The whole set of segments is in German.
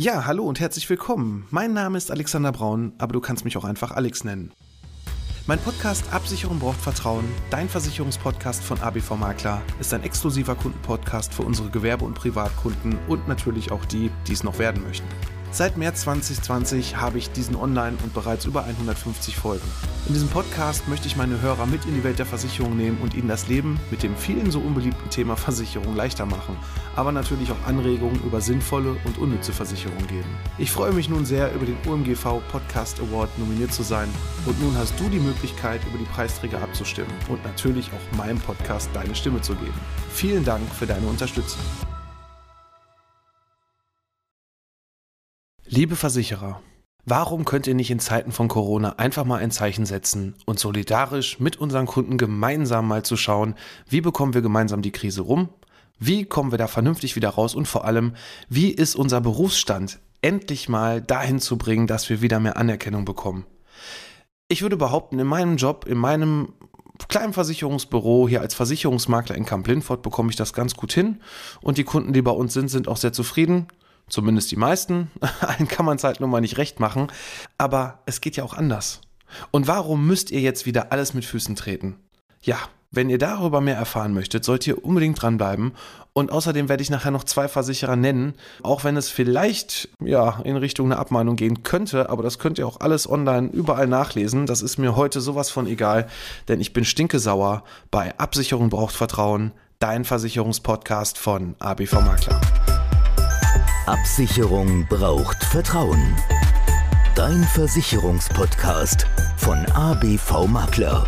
Ja, hallo und herzlich willkommen. Mein Name ist Alexander Braun, aber du kannst mich auch einfach Alex nennen. Mein Podcast Absicherung braucht Vertrauen, dein Versicherungspodcast von ABV Makler, ist ein exklusiver Kundenpodcast für unsere Gewerbe- und Privatkunden und natürlich auch die, die es noch werden möchten. Seit März 2020 habe ich diesen online und bereits über 150 Folgen. In diesem Podcast möchte ich meine Hörer mit in die Welt der Versicherung nehmen und ihnen das Leben mit dem vielen so unbeliebten Thema Versicherung leichter machen, aber natürlich auch Anregungen über sinnvolle und unnütze Versicherung geben. Ich freue mich nun sehr, über den OMGV Podcast Award nominiert zu sein und nun hast du die Möglichkeit, über die Preisträger abzustimmen und natürlich auch meinem Podcast deine Stimme zu geben. Vielen Dank für deine Unterstützung. Liebe Versicherer, warum könnt ihr nicht in Zeiten von Corona einfach mal ein Zeichen setzen und solidarisch mit unseren Kunden gemeinsam mal zu schauen, wie bekommen wir gemeinsam die Krise rum, wie kommen wir da vernünftig wieder raus und vor allem, wie ist unser Berufsstand endlich mal dahin zu bringen, dass wir wieder mehr Anerkennung bekommen. Ich würde behaupten, in meinem Job, in meinem kleinen Versicherungsbüro hier als Versicherungsmakler in Kamp-Lintfort bekomme ich das ganz gut hin und die Kunden, die bei uns sind auch sehr zufrieden. Zumindest die meisten. Allen kann man es halt nun mal nicht recht machen. Aber es geht ja auch anders. Und warum müsst ihr jetzt wieder alles mit Füßen treten? Ja, wenn ihr darüber mehr erfahren möchtet, sollt ihr unbedingt dranbleiben. Und außerdem werde ich nachher noch 2 Versicherer nennen, auch wenn es vielleicht in Richtung eine Abmahnung gehen könnte. Aber das könnt ihr auch alles online überall nachlesen. Das ist mir heute sowas von egal, denn ich bin stinkesauer bei Absicherung braucht Vertrauen, dein Versicherungspodcast von ABV Makler. Absicherung braucht Vertrauen. Dein Versicherungspodcast von ABV Makler.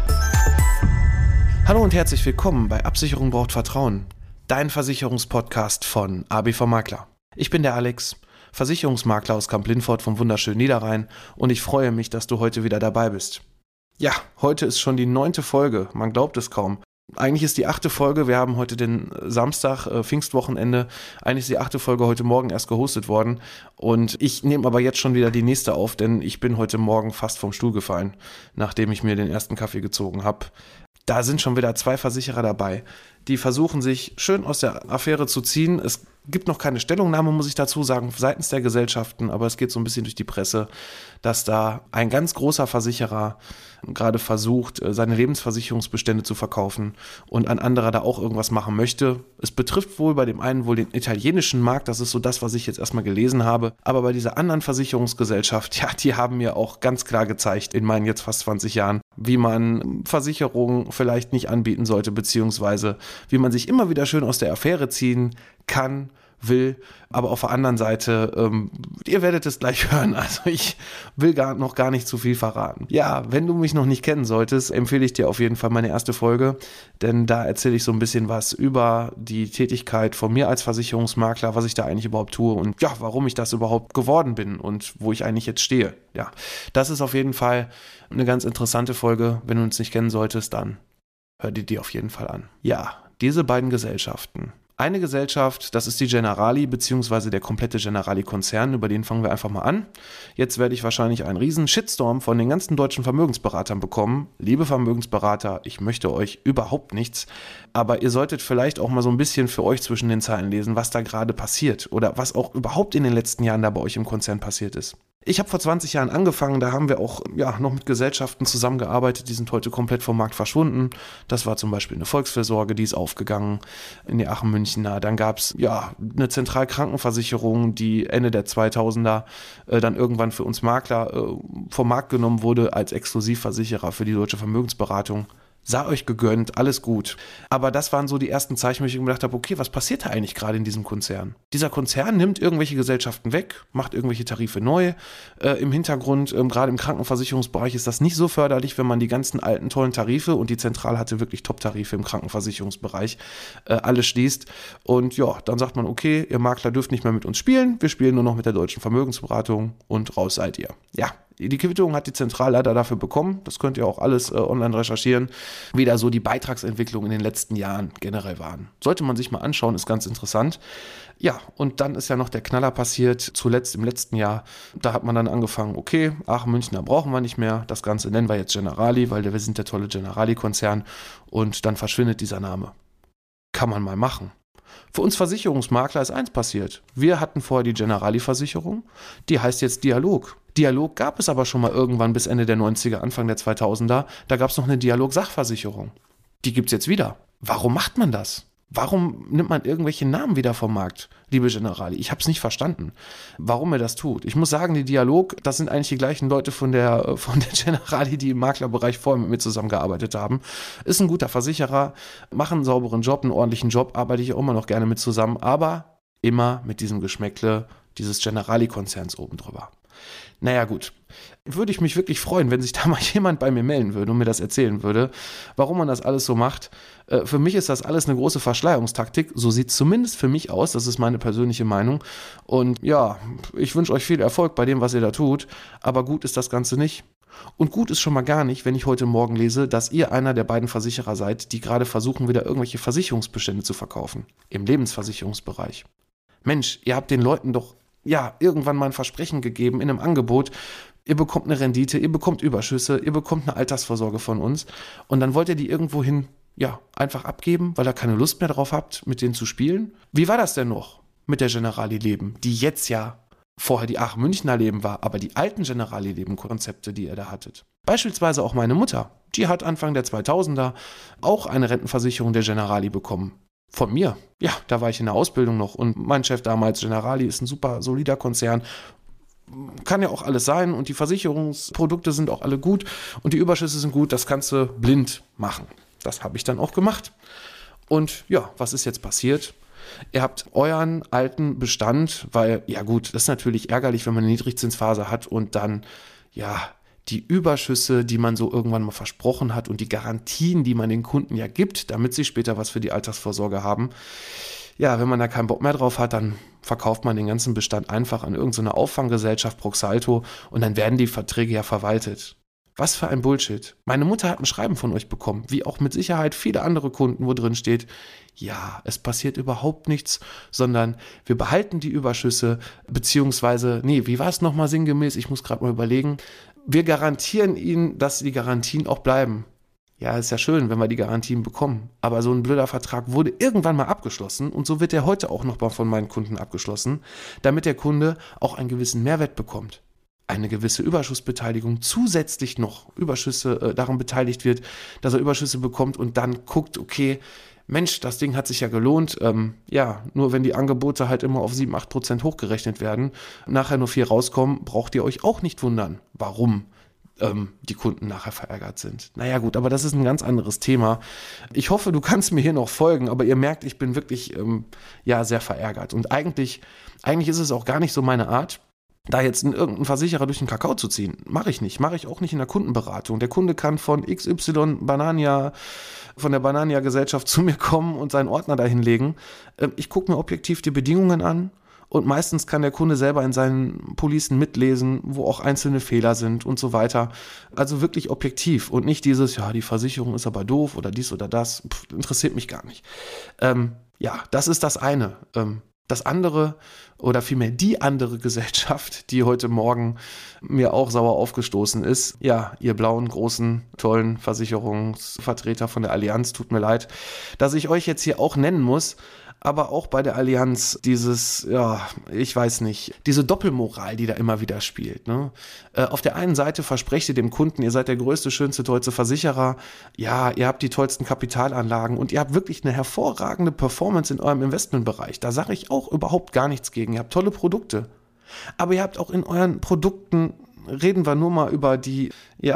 Hallo und herzlich willkommen bei Absicherung braucht Vertrauen, dein Versicherungspodcast von ABV Makler. Ich bin der Alex, Versicherungsmakler aus Kamp-Lintfort vom wunderschönen Niederrhein und ich freue mich, dass du heute wieder dabei bist. Ja, heute ist schon die 9. Folge, man glaubt es kaum. Eigentlich ist die 8. Folge, wir haben heute den Samstag, Pfingstwochenende, eigentlich ist die 8. Folge heute Morgen erst gehostet worden und ich nehme aber jetzt schon wieder die nächste auf, denn ich bin heute Morgen fast vom Stuhl gefallen, nachdem ich mir den ersten Kaffee gezogen habe. Da sind schon wieder 2 Versicherer dabei, die versuchen sich schön aus der Affäre zu ziehen. Es gibt noch keine Stellungnahme, muss ich dazu sagen, seitens der Gesellschaften, aber es geht so ein bisschen durch die Presse, dass da ein ganz großer Versicherer gerade versucht, seine Lebensversicherungsbestände zu verkaufen und ein anderer da auch irgendwas machen möchte. Es betrifft wohl bei dem einen wohl den italienischen Markt, das ist so das, was ich jetzt erstmal gelesen habe, aber bei dieser anderen Versicherungsgesellschaft, die haben mir auch ganz klar gezeigt in meinen jetzt fast 20 Jahren, wie man Versicherungen vielleicht nicht anbieten sollte, beziehungsweise wie man sich immer wieder schön aus der Affäre ziehen kann, will, aber auf der anderen Seite, ihr werdet es gleich hören, also ich will noch gar nicht zu viel verraten. Ja, wenn du mich noch nicht kennen solltest, empfehle ich dir auf jeden Fall meine erste Folge, denn da erzähle ich so ein bisschen was über die Tätigkeit von mir als Versicherungsmakler, was ich da eigentlich überhaupt tue und ja, warum ich das überhaupt geworden bin und wo ich eigentlich jetzt stehe. Ja, das ist auf jeden Fall eine ganz interessante Folge. Wenn du uns nicht kennen solltest, dann hör die auf jeden Fall an. Ja, diese beiden Gesellschaften. Eine Gesellschaft, das ist die Generali bzw. der komplette Generali-Konzern, über den fangen wir einfach mal an. Jetzt werde ich wahrscheinlich einen riesen Shitstorm von den ganzen deutschen Vermögensberatern bekommen. Liebe Vermögensberater, ich möchte euch überhaupt nichts, aber ihr solltet vielleicht auch mal so ein bisschen für euch zwischen den Zeilen lesen, was da gerade passiert oder was auch überhaupt in den letzten Jahren da bei euch im Konzern passiert ist. Ich habe vor 20 Jahren angefangen, da haben wir auch noch mit Gesellschaften zusammengearbeitet, die sind heute komplett vom Markt verschwunden. Das war zum Beispiel eine Volksfürsorge, die ist aufgegangen in die Aachen-Münchener. Dann gab es eine Zentralkrankenversicherung, die Ende der 2000er dann irgendwann für uns Makler vom Markt genommen wurde als Exklusivversicherer für die deutsche Vermögensberatung. Sei euch gegönnt, alles gut. Aber das waren so die ersten Zeichen, wo ich mir gedacht habe, okay, was passiert da eigentlich gerade in diesem Konzern? Dieser Konzern nimmt irgendwelche Gesellschaften weg, macht irgendwelche Tarife neu. Im Hintergrund, gerade im Krankenversicherungsbereich ist das nicht so förderlich, wenn man die ganzen alten tollen Tarife und die Zentrale hatte wirklich Top-Tarife im Krankenversicherungsbereich, alles schließt. Und ja, dann sagt man, okay, ihr Makler dürft nicht mehr mit uns spielen, wir spielen nur noch mit der deutschen Vermögensberatung und raus seid ihr. Ja, die Quittung hat die Zentralleiter dafür bekommen, das könnt ihr auch alles online recherchieren, wie da so die Beitragsentwicklung in den letzten Jahren generell waren. Sollte man sich mal anschauen, ist ganz interessant. Ja, und dann ist ja noch der Knaller passiert, zuletzt im letzten Jahr, da hat man dann angefangen, okay, Aachen-Münchner brauchen wir nicht mehr, das Ganze nennen wir jetzt Generali, weil wir sind der tolle Generali-Konzern und dann verschwindet dieser Name. Kann man mal machen. Für uns Versicherungsmakler ist eins passiert. Wir hatten vorher die Generali-Versicherung, die heißt jetzt Dialog. Dialog gab es aber schon mal irgendwann bis Ende der 90er, Anfang der 2000er. Da gab es noch eine Dialog-Sachversicherung. Die gibt es jetzt wieder. Warum macht man das? Warum nimmt man irgendwelche Namen wieder vom Markt, liebe Generali? Ich habe es nicht verstanden, warum er das tut. Ich muss sagen, die Dialog, das sind eigentlich die gleichen Leute von der Generali, die im Maklerbereich vorher mit mir zusammengearbeitet haben. Ist ein guter Versicherer, machen einen sauberen Job, einen ordentlichen Job, arbeite ich auch immer noch gerne mit zusammen, aber immer mit diesem Geschmäckle dieses Generali-Konzerns oben drüber. Naja gut, würde ich mich wirklich freuen, wenn sich da mal jemand bei mir melden würde und mir das erzählen würde, warum man das alles so macht. Für mich ist das alles eine große Verschleierungstaktik, so sieht es zumindest für mich aus, das ist meine persönliche Meinung. Und ja, ich wünsche euch viel Erfolg bei dem, was ihr da tut, aber gut ist das Ganze nicht. Und gut ist schon mal gar nicht, wenn ich heute Morgen lese, dass ihr einer der beiden Versicherer seid, die gerade versuchen, wieder irgendwelche Versicherungsbestände zu verkaufen, im Lebensversicherungsbereich. Mensch, ihr habt den Leuten doch irgendwann mal ein Versprechen gegeben in einem Angebot, ihr bekommt eine Rendite, ihr bekommt Überschüsse, ihr bekommt eine Altersvorsorge von uns und dann wollt ihr die irgendwohin, einfach abgeben, weil ihr keine Lust mehr drauf habt, mit denen zu spielen. Wie war das denn noch mit der Generali-Leben, die jetzt ja vorher die Aachen-Münchner Leben war, aber die alten Generali-Leben-Konzepte, die ihr da hattet? Beispielsweise auch meine Mutter, die hat Anfang der 2000er auch eine Rentenversicherung der Generali bekommen. Von mir. Ja, da war ich in der Ausbildung noch und mein Chef damals, Generali, ist ein super solider Konzern. Kann ja auch alles sein und die Versicherungsprodukte sind auch alle gut und die Überschüsse sind gut, das kannst du blind machen. Das habe ich dann auch gemacht. Und ja, was ist jetzt passiert? Ihr habt euren alten Bestand, weil, das ist natürlich ärgerlich, wenn man eine Niedrigzinsphase hat und dann, die Überschüsse, die man so irgendwann mal versprochen hat und die Garantien, die man den Kunden ja gibt, damit sie später was für die Altersvorsorge haben. Ja, wenn man da keinen Bock mehr drauf hat, dann verkauft man den ganzen Bestand einfach an irgendeine Auffanggesellschaft, Proxalto, und dann werden die Verträge ja verwaltet. Was für ein Bullshit. Meine Mutter hat ein Schreiben von euch bekommen, wie auch mit Sicherheit viele andere Kunden, wo drin steht, ja, es passiert überhaupt nichts, sondern wir behalten die Überschüsse, beziehungsweise, wie war es nochmal sinngemäß? Ich muss gerade mal überlegen. Wir garantieren Ihnen, dass die Garantien auch bleiben. Ja, ist ja schön, wenn wir die Garantien bekommen. Aber so ein blöder Vertrag wurde irgendwann mal abgeschlossen und so wird der heute auch noch mal von meinen Kunden abgeschlossen, damit der Kunde auch einen gewissen Mehrwert bekommt. Eine gewisse Überschussbeteiligung, zusätzlich noch Überschüsse daran beteiligt wird, dass er Überschüsse bekommt und dann guckt, okay, Mensch, das Ding hat sich ja gelohnt. Nur wenn die Angebote halt immer auf 7-8% hochgerechnet werden, nachher nur 4 rauskommen, braucht ihr euch auch nicht wundern, warum die Kunden nachher verärgert sind. Naja gut, aber das ist ein ganz anderes Thema. Ich hoffe, du kannst mir hier noch folgen, aber ihr merkt, ich bin wirklich sehr verärgert. Und eigentlich ist es auch gar nicht so meine Art, da jetzt irgendeinen Versicherer durch den Kakao zu ziehen. Mache ich nicht. Mache ich auch nicht in der Kundenberatung. Der Kunde kann von XY von der Banania-Gesellschaft zu mir kommen und seinen Ordner dahin legen. Ich gucke mir objektiv die Bedingungen an und meistens kann der Kunde selber in seinen Policen mitlesen, wo auch einzelne Fehler sind und so weiter. Also wirklich objektiv und nicht dieses, die Versicherung ist aber doof oder dies oder das. Interessiert mich gar nicht. Das ist das eine. Das andere oder vielmehr die andere Gesellschaft, die heute Morgen mir auch sauer aufgestoßen ist, ihr blauen, großen, tollen Versicherungsvertreter von der Allianz, tut mir leid, dass ich euch jetzt hier auch nennen muss, aber auch bei der Allianz dieses, ich weiß nicht, diese Doppelmoral, die da immer wieder spielt. Ne? Auf der einen Seite versprecht ihr dem Kunden, ihr seid der größte, schönste, tollste Versicherer, ihr habt die tollsten Kapitalanlagen und ihr habt wirklich eine hervorragende Performance in eurem Investmentbereich. Da sage ich auch überhaupt gar nichts gegen. Ihr habt tolle Produkte, aber ihr habt auch in euren Produkten, reden wir nur mal über die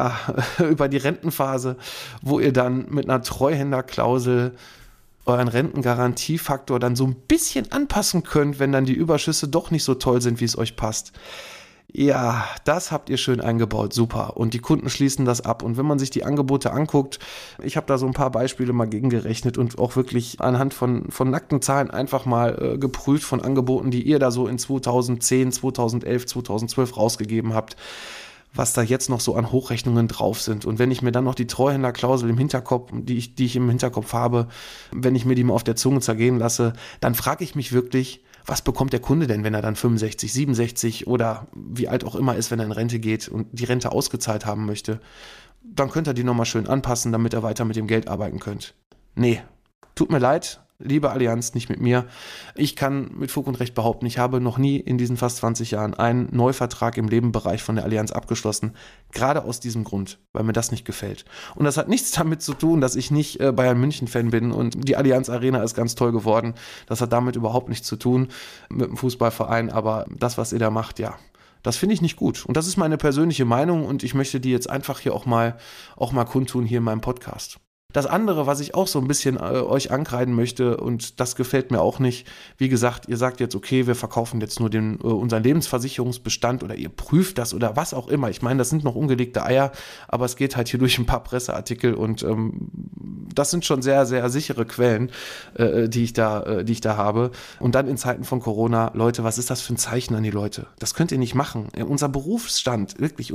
Rentenphase, wo ihr dann mit einer Treuhänderklausel euren Rentengarantiefaktor dann so ein bisschen anpassen könnt, wenn dann die Überschüsse doch nicht so toll sind, wie es euch passt. Ja, das habt ihr schön eingebaut, super. Und die Kunden schließen das ab. Und wenn man sich die Angebote anguckt, ich habe da so ein paar Beispiele mal gegengerechnet und auch wirklich anhand von nackten Zahlen einfach mal geprüft von Angeboten, die ihr da so in 2010, 2011, 2012 rausgegeben habt, was da jetzt noch so an Hochrechnungen drauf sind. Und wenn ich mir dann noch die Treuhänderklausel im Hinterkopf, die ich im Hinterkopf habe, wenn ich mir die mal auf der Zunge zergehen lasse, dann frage ich mich wirklich, was bekommt der Kunde denn, wenn er dann 65, 67 oder wie alt auch immer ist, wenn er in Rente geht und die Rente ausgezahlt haben möchte? Dann könnt ihr die nochmal schön anpassen, damit ihr weiter mit dem Geld arbeiten könnt. Nee, tut mir leid, liebe Allianz, nicht mit mir. Ich kann mit Fug und Recht behaupten, ich habe noch nie in diesen fast 20 Jahren einen Neuvertrag im Lebenbereich von der Allianz abgeschlossen. Gerade aus diesem Grund, weil mir das nicht gefällt. Und das hat nichts damit zu tun, dass ich nicht Bayern München-Fan bin und die Allianz Arena ist ganz toll geworden. Das hat damit überhaupt nichts zu tun mit dem Fußballverein, aber das, was ihr da macht, ja, das finde ich nicht gut. Und das ist meine persönliche Meinung und ich möchte die jetzt einfach hier auch mal kundtun hier in meinem Podcast. Das andere, was ich auch so ein bisschen euch ankreiden möchte, und das gefällt mir auch nicht, wie gesagt, ihr sagt jetzt, okay, wir verkaufen jetzt nur unseren Lebensversicherungsbestand oder ihr prüft das oder was auch immer. Ich meine, das sind noch ungelegte Eier, aber es geht halt hier durch ein paar Presseartikel und das sind schon sehr, sehr sichere Quellen, die ich da habe. Und dann in Zeiten von Corona, Leute, was ist das für ein Zeichen an die Leute? Das könnt ihr nicht machen. Unser Berufsstand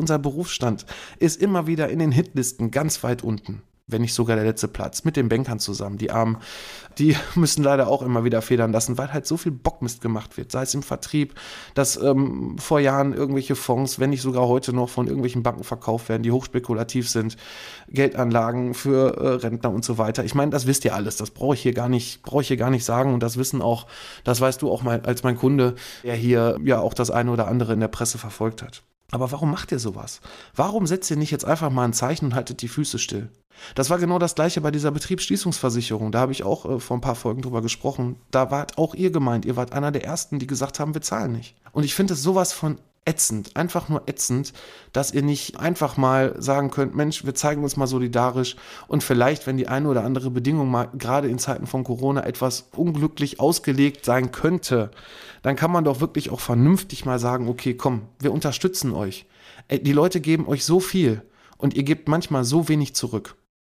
ist immer wieder in den Hitlisten ganz weit unten. Wenn nicht sogar der letzte Platz, mit den Bankern zusammen. Die Armen, die müssen leider auch immer wieder federn lassen, weil halt so viel Bockmist gemacht wird. Sei es im Vertrieb, dass vor Jahren irgendwelche Fonds, wenn nicht sogar heute noch von irgendwelchen Banken verkauft werden, die hochspekulativ sind, Geldanlagen für Rentner und so weiter. Ich meine, das wisst ihr alles, das brauche ich hier gar nicht sagen und das weißt du auch mal als mein Kunde, der hier ja auch das eine oder andere in der Presse verfolgt hat. Aber warum macht ihr sowas? Warum setzt ihr nicht jetzt einfach mal ein Zeichen und haltet die Füße still? Das war genau das Gleiche bei dieser Betriebsschließungsversicherung. Da habe ich auch vor ein paar Folgen drüber gesprochen. Da wart auch ihr gemeint. Ihr wart einer der Ersten, die gesagt haben, wir zahlen nicht. Und ich finde es sowas von ätzend, einfach nur ätzend, dass ihr nicht einfach mal sagen könnt, Mensch, wir zeigen uns mal solidarisch und vielleicht, wenn die eine oder andere Bedingung mal gerade in Zeiten von Corona etwas unglücklich ausgelegt sein könnte, dann kann man doch wirklich auch vernünftig mal sagen, okay, komm, wir unterstützen euch. Die Leute geben euch so viel und ihr gebt manchmal so wenig zurück.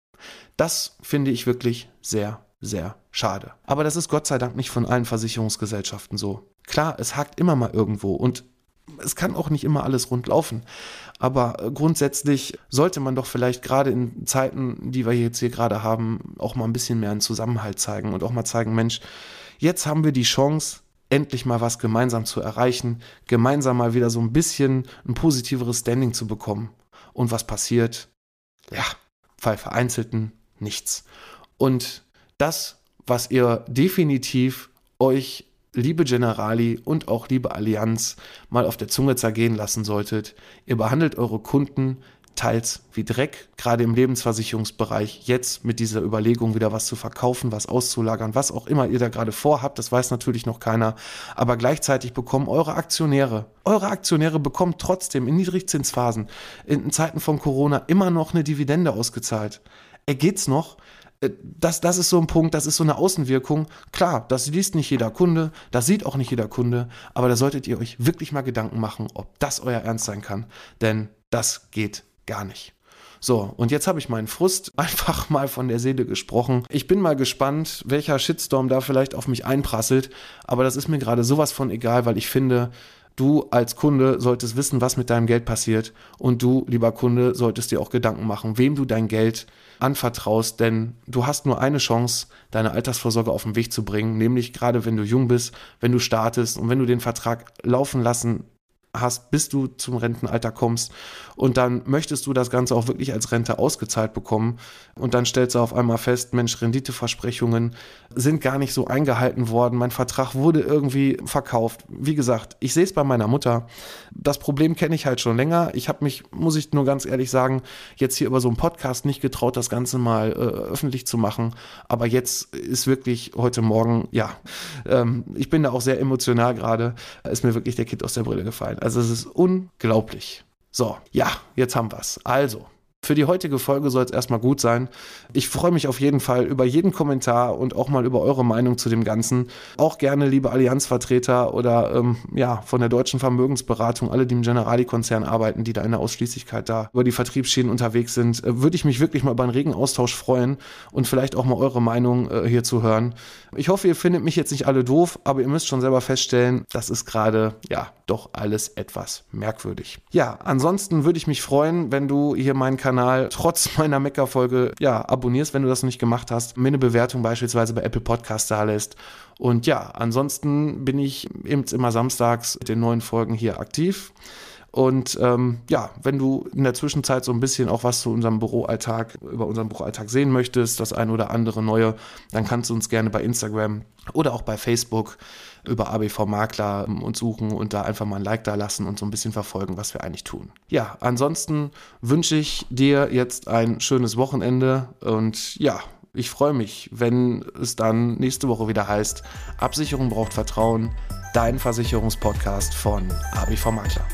Das finde ich wirklich sehr, sehr schade. Aber das ist Gott sei Dank nicht von allen Versicherungsgesellschaften so. Klar, es hakt immer mal irgendwo und es kann auch nicht immer alles rund laufen, aber grundsätzlich sollte man doch vielleicht gerade in Zeiten, die wir jetzt hier gerade haben, auch mal ein bisschen mehr einen Zusammenhalt zeigen und auch mal zeigen, Mensch, jetzt haben wir die Chance, endlich mal was gemeinsam zu erreichen, gemeinsam mal wieder so ein bisschen ein positiveres Standing zu bekommen. Und was passiert? Ja, bei Vereinzelten nichts. Und das, was ihr definitiv euch, liebe Generali und auch liebe Allianz, mal auf der Zunge zergehen lassen solltet, ihr behandelt eure Kunden teils wie Dreck, gerade im Lebensversicherungsbereich, jetzt mit dieser Überlegung wieder was zu verkaufen, was auszulagern, was auch immer ihr da gerade vorhabt, das weiß natürlich noch keiner, aber gleichzeitig bekommen eure Aktionäre bekommen trotzdem in Niedrigzinsphasen, in Zeiten von Corona immer noch eine Dividende ausgezahlt. Geht's noch? Das ist so ein Punkt, das ist so eine Außenwirkung. Klar, das liest nicht jeder Kunde, das sieht auch nicht jeder Kunde, aber da solltet ihr euch wirklich mal Gedanken machen, ob das euer Ernst sein kann, denn das geht gar nicht. So, und jetzt habe ich meinen Frust einfach mal von der Seele gesprochen. Ich bin mal gespannt, welcher Shitstorm da vielleicht auf mich einprasselt, aber das ist mir gerade sowas von egal, weil ich finde, du als Kunde solltest wissen, was mit deinem Geld passiert und du, lieber Kunde, solltest dir auch Gedanken machen, wem du dein Geld anvertraust, denn du hast nur eine Chance, deine Altersvorsorge auf den Weg zu bringen, nämlich gerade wenn du jung bist, wenn du startest und wenn du den Vertrag laufen lassen hast, bis du zum Rentenalter kommst und dann möchtest du das Ganze auch wirklich als Rente ausgezahlt bekommen und dann stellst du auf einmal fest, Mensch, Renditeversprechungen sind gar nicht so eingehalten worden, mein Vertrag wurde irgendwie verkauft. Wie gesagt, ich sehe es bei meiner Mutter, das Problem kenne ich halt schon länger, ich habe mich, muss ich nur ganz ehrlich sagen, jetzt hier über so einen Podcast nicht getraut, das Ganze mal öffentlich zu machen, aber jetzt ist wirklich heute Morgen, ich bin da auch sehr emotional gerade, ist mir wirklich der Kind aus der Brille gefallen. Also es ist unglaublich. So, ja, jetzt haben wir es. Also, für die heutige Folge soll es erstmal gut sein. Ich freue mich auf jeden Fall über jeden Kommentar und auch mal über eure Meinung zu dem Ganzen. Auch gerne, liebe Allianzvertreter oder von der Deutschen Vermögensberatung, alle, die im Generali-Konzern arbeiten, die da in der Ausschließlichkeit da über die Vertriebsschienen unterwegs sind, würde ich mich wirklich mal über einen regen Austausch freuen und vielleicht auch mal eure Meinung hier zu hören. Ich hoffe, ihr findet mich jetzt nicht alle doof, aber ihr müsst schon selber feststellen, das ist gerade, doch alles etwas merkwürdig. Ja, ansonsten würde ich mich freuen, wenn du hier meinen Kanal trotz meiner Mecker-Folge, abonnierst, wenn du das noch nicht gemacht hast, mir eine Bewertung beispielsweise bei Apple Podcasts da lässt. Und ansonsten bin ich eben immer samstags mit den neuen Folgen hier aktiv. Und wenn du in der Zwischenzeit so ein bisschen auch was zu unserem Büroalltag, über unseren Büroalltag sehen möchtest, das ein oder andere Neue, dann kannst du uns gerne bei Instagram oder auch bei Facebook über ABV Makler uns suchen und da einfach mal ein Like da lassen und so ein bisschen verfolgen, was wir eigentlich tun. Ja, ansonsten wünsche ich dir jetzt ein schönes Wochenende und ja, ich freue mich, wenn es dann nächste Woche wieder heißt, Absicherung braucht Vertrauen, dein Versicherungspodcast von ABV Makler.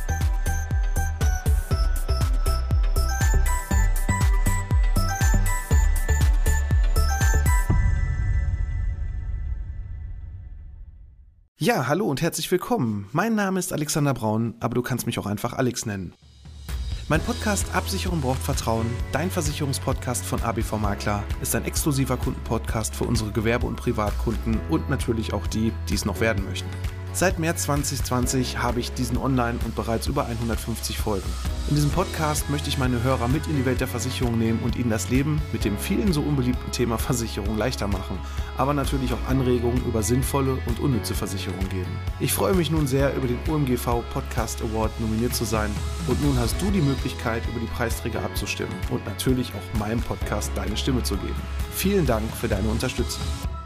Ja, hallo und herzlich willkommen. Mein Name ist Alexander Braun, aber du kannst mich auch einfach Alex nennen. Mein Podcast Absicherung braucht Vertrauen, dein Versicherungspodcast von ABV Makler, ist ein exklusiver Kundenpodcast für unsere Gewerbe- und Privatkunden und natürlich auch die, die es noch werden möchten. Seit März 2020 habe ich diesen online und bereits über 150 Folgen. In diesem Podcast möchte ich meine Hörer mit in die Welt der Versicherung nehmen und ihnen das Leben mit dem vielen so unbeliebten Thema Versicherung leichter machen, aber natürlich auch Anregungen über sinnvolle und unnütze Versicherung geben. Ich freue mich nun sehr, über den OMGV Podcast Award nominiert zu sein und nun hast du die Möglichkeit, über die Preisträger abzustimmen und natürlich auch meinem Podcast deine Stimme zu geben. Vielen Dank für deine Unterstützung.